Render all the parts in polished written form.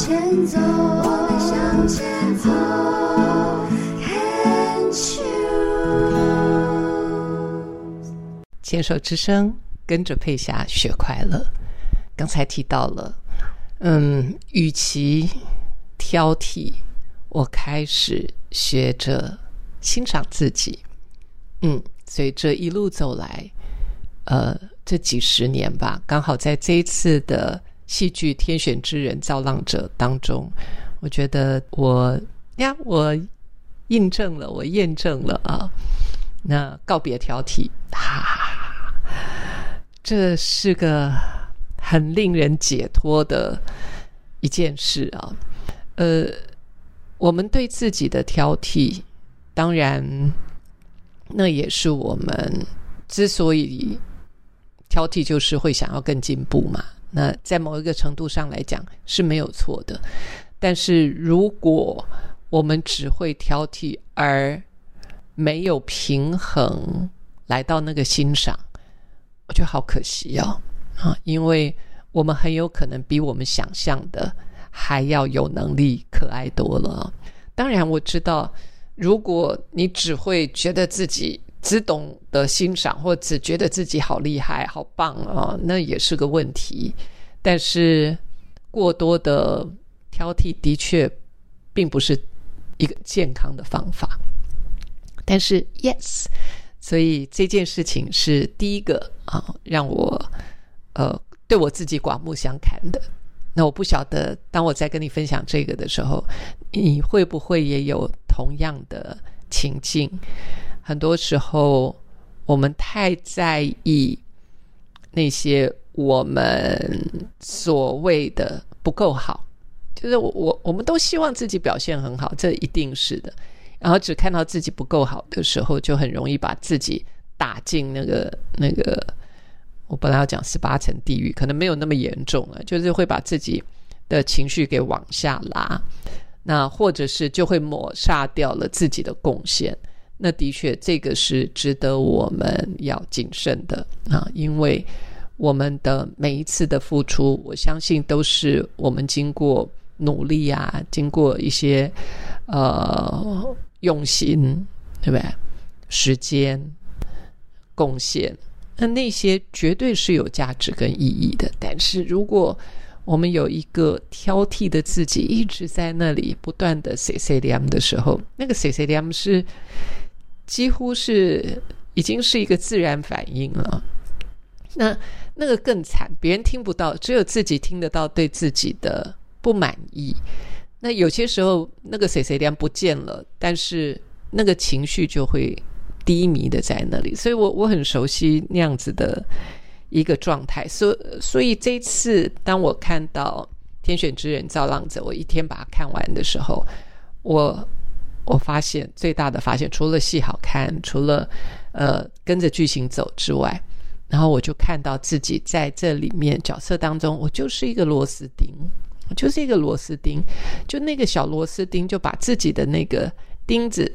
前走，我们向前走 Can't choose。 牵手之声，跟着佩霞学快乐。刚才提到了与其挑剔，我开始学着欣赏自己。所以这一路走来这几十年吧，刚好在这一次的戏剧《天选之人造浪者》当中，我觉得我印证了，我验证了啊。那告别挑剔，这是个很令人解脱的一件事啊。我们对自己的挑剔，当然那也是我们之所以挑剔，就是会想要更进步嘛。那在某一个程度上来讲是没有错的，但是如果我们只会挑剔而没有平衡来到那个欣赏，我觉得好可惜哦。因为我们很有可能比我们想象的还要有能力可爱多了。当然我知道，如果你只会觉得自己只懂得欣赏，或只觉得自己好厉害好棒那也是个问题。但是过多的挑剔的确并不是一个健康的方法。但是 yes， 所以这件事情是第一个让我对我自己刮目相看的。那我不晓得当我在跟你分享这个的时候，你会不会也有同样的情境。很多时候我们太在意那些我们所谓的不够好，就是我们都希望自己表现很好，这一定是的，然后只看到自己不够好的时候，就很容易把自己打进那个我本来要讲18层地狱，可能没有那么严重了，就是会把自己的情绪给往下拉，那或者是就会抹杀掉了自己的贡献。那的确这个是值得我们要谨慎的因为我们的每一次的付出，我相信都是我们经过努力经过一些用心，对不对？时间贡献，那些绝对是有价值跟意义的。但是如果我们有一个挑剔的自己一直在那里不断的碎碎念的时候，那个碎碎念是几乎是已经是一个自然反应了。那个更惨，别人听不到，只有自己听得到对自己的不满意。那有些时候那个碎碎念不见了，但是那个情绪就会低迷的在那里。所以我很熟悉那样子的一个状态。所以这一次当我看到天选之人造浪者，我一天把它看完的时候，我发现最大的发现，除了戏好看，除了跟着剧情走之外，然后我就看到自己在这里面角色当中，我就是一个螺丝钉，就那个小螺丝钉，就把自己的那个钉子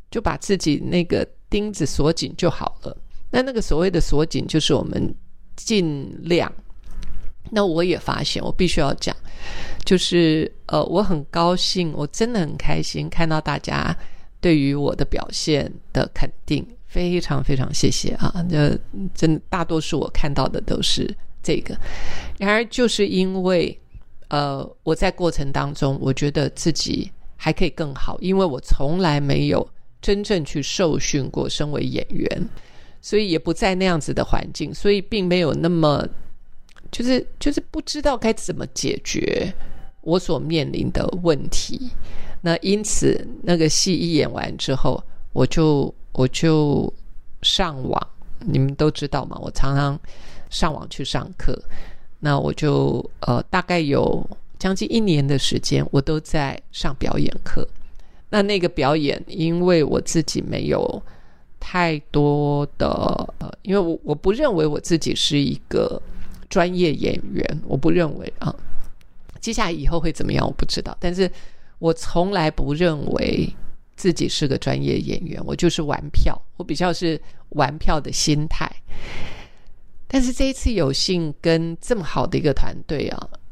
锁紧就好了。那个所谓的锁紧，就是我们尽量。那我也发现，我必须要讲，就是我很高兴，我真的很开心看到大家对于我的表现的肯定，非常非常谢谢真大多数我看到的都是这个。然而就是因为我在过程当中，我觉得自己还可以更好，因为我从来没有真正去受训过身为演员，所以也不在那样子的环境，所以并没有那么就是不知道该怎么解决我所面临的问题。那因此那个戏一演完之后，我就上网，你们都知道嘛，我常常上网去上课。那我就大概有将近1年的时间，我都在上表演课。那个表演，因为我自己没有太多的因为我不认为我自己是一个专业演员，我不认为接下来以后会怎么样我不知道，但是我从来不认为自己是个专业演员，我就是玩票，我比较是玩票的心态。但是这一次有幸跟这么好的一个团队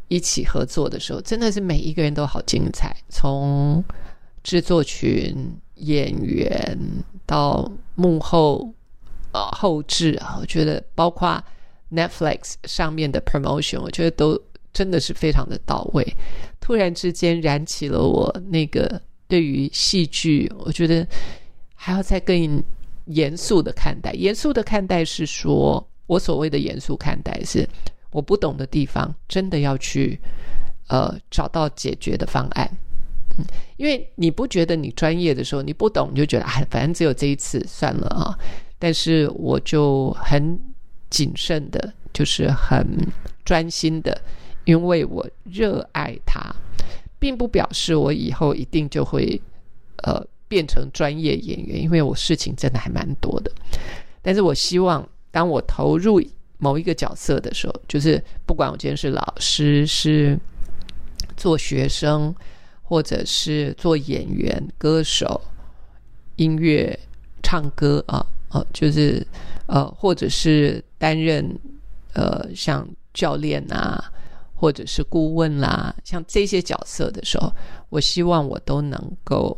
一起合作的时候，真的是每一个人都好精彩，从制作群、演员到幕后后制啊，我觉得包括 Netflix 上面的 promotion， 我觉得都真的是非常的到位。突然之间燃起了我那个对于戏剧，我觉得还要再更严肃的看待。严肃的看待是说，我所谓的严肃看待是我不懂的地方真的要去找到解决的方案。因为你不觉得你专业的时候，你不懂你就觉得反正只有这一次算了啊。但是我就很谨慎的，就是很专心的，因为我热爱它，并不表示我以后一定就会变成专业演员，因为我事情真的还蛮多的。但是我希望当我投入某一个角色的时候，就是不管我今天是老师，是做学生，或者是做演员、歌手、音乐、唱歌就是或者是担任像教练啊，或者是顾问啦，像这些角色的时候，我希望我都能够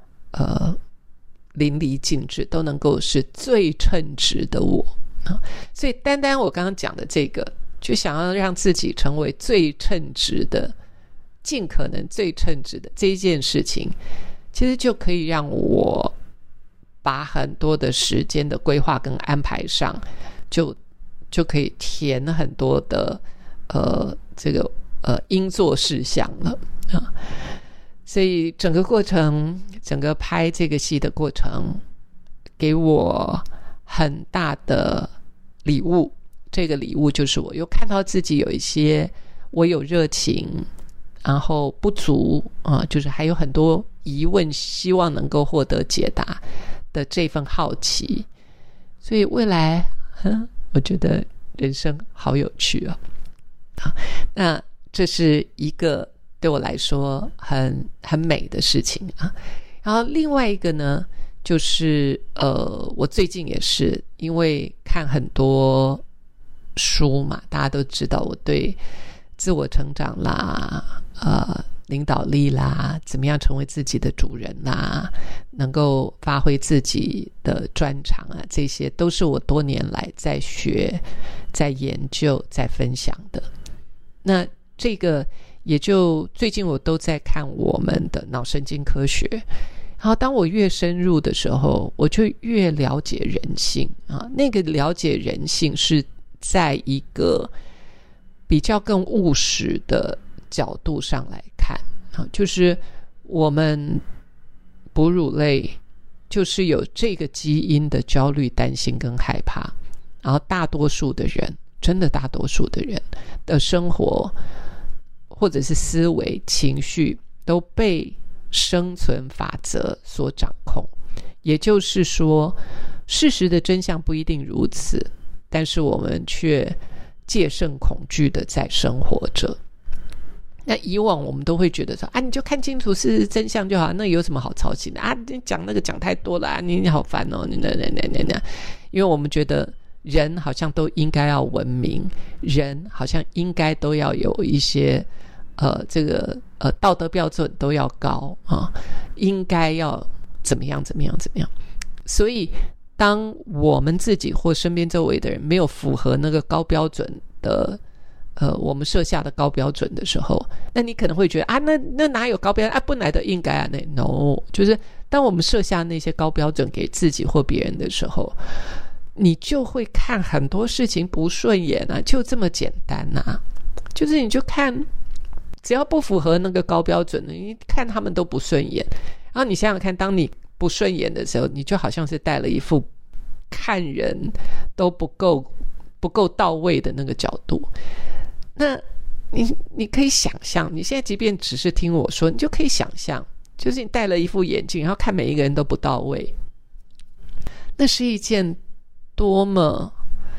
淋漓尽致，都能够是最称职的我。所以单单我刚刚讲的这个，就想要让自己成为最称职的，尽可能最称职的这一件事情，其实就可以让我把很多的时间的规划跟安排上就可以填很多的这个应做事项了啊。所以整个过程，整个拍这个戏的过程给我很大的礼物。这个礼物就是我又看到自己有一些我有热情，然后不足就是还有很多疑问，希望能够获得解答的这份好奇。所以未来我觉得人生好有趣那这是一个对我来说很美的事情啊。然后另外一个呢，就是我最近也是因为看很多书嘛，大家都知道我对自我成长啦领导力啦，怎么样成为自己的主人啦，能够发挥自己的专长啊，这些都是我多年来在学、在研究、在分享的。那这个也就最近我都在看我们的脑神经科学，然后当我越深入的时候，我就越了解人性那个了解人性是在一个比较更务实的角度上来看就是我们哺乳类就是有这个基因的焦虑、担心跟害怕，然后大多数的人，真的大多数的人的生活或者是思维、情绪都被生存法则所掌控。也就是说，事实的真相不一定如此，但是我们却戒慎恐惧的在生活着。那以往我们都会觉得说你就看清楚事实真相就好，那有什么好操心的你讲那个讲太多了你好烦因为我们觉得人好像都应该要文明，人好像应该都要有一些这个道德标准都要高应该要怎么样。所以当我们自己或身边周围的人没有符合那个高标准的我们设下的高标准的时候，那你可能会觉得那哪有高标准不来的应该no， 就是当我们设下那些高标准给自己或别人的时候，你就会看很多事情不顺眼就这么简单就是你就看只要不符合那个高标准的，你看他们都不顺眼。然后你想想看，当你不顺眼的时候，你就好像是带了一副看人都不够到位的那个角度。那你可以想象，你现在即便只是听我说，你就可以想象，就是你戴了一副眼镜，然后看每一个人都不到位，那是一件多么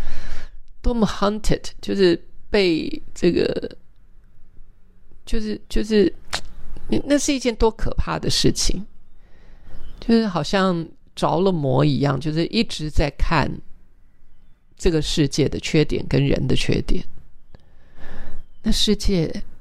haunted， 就是被这个就是那是一件多可怕的事情，就是好像着了魔一样，就是一直在看这个世界的缺点跟人的缺点。那世界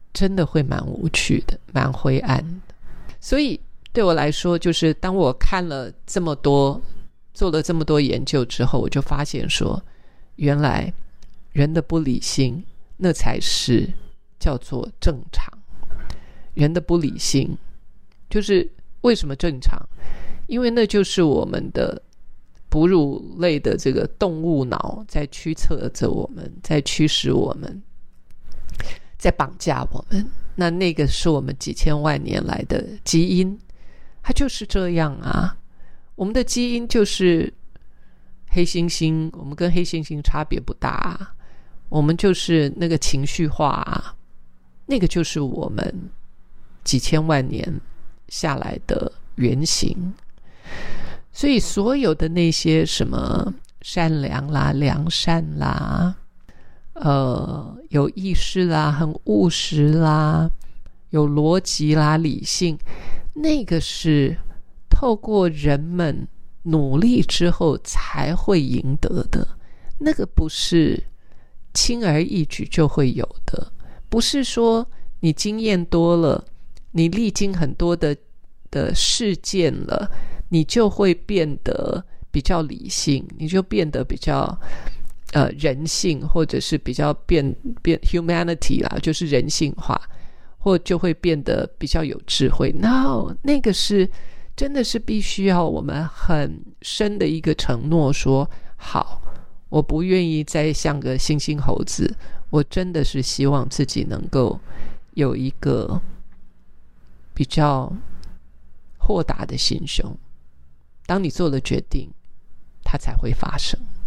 真的会蛮无趣的，蛮灰暗的。所以对我来说，就是当我看了这么多，做了这么多研究之后，我就发现说，原来人的不理性，那才是叫做正常。人的不理性就是为什么正常？因为那就是我们的哺乳类的这个动物脑在驱策着我们，在驱使我们，在绑架我们。那个是我们几千万年来的基因，它就是这样啊。我们的基因就是黑猩猩，我们跟黑猩猩差别不大啊。我们就是那个情绪化啊，那个就是我们几千万年下来的原型。所以所有的那些什么善良啦、良善啦、有意识啦、很务实啦、有逻辑啦、理性，那个是透过人们努力之后才会赢得的，那个不是轻而易举就会有的，不是说你经验多了，你历经很多的事件了，你就会变得比较理性，你就变得比较人性，或者是比较变 humanity 啦，就是人性化，或就会变得比较有智慧。 No， 那个是真的是必须要我们很深的一个承诺，说好，我不愿意再像个猩猩猴子，我真的是希望自己能够有一个比较豁达的心胸。当你做了决定，它才会发生。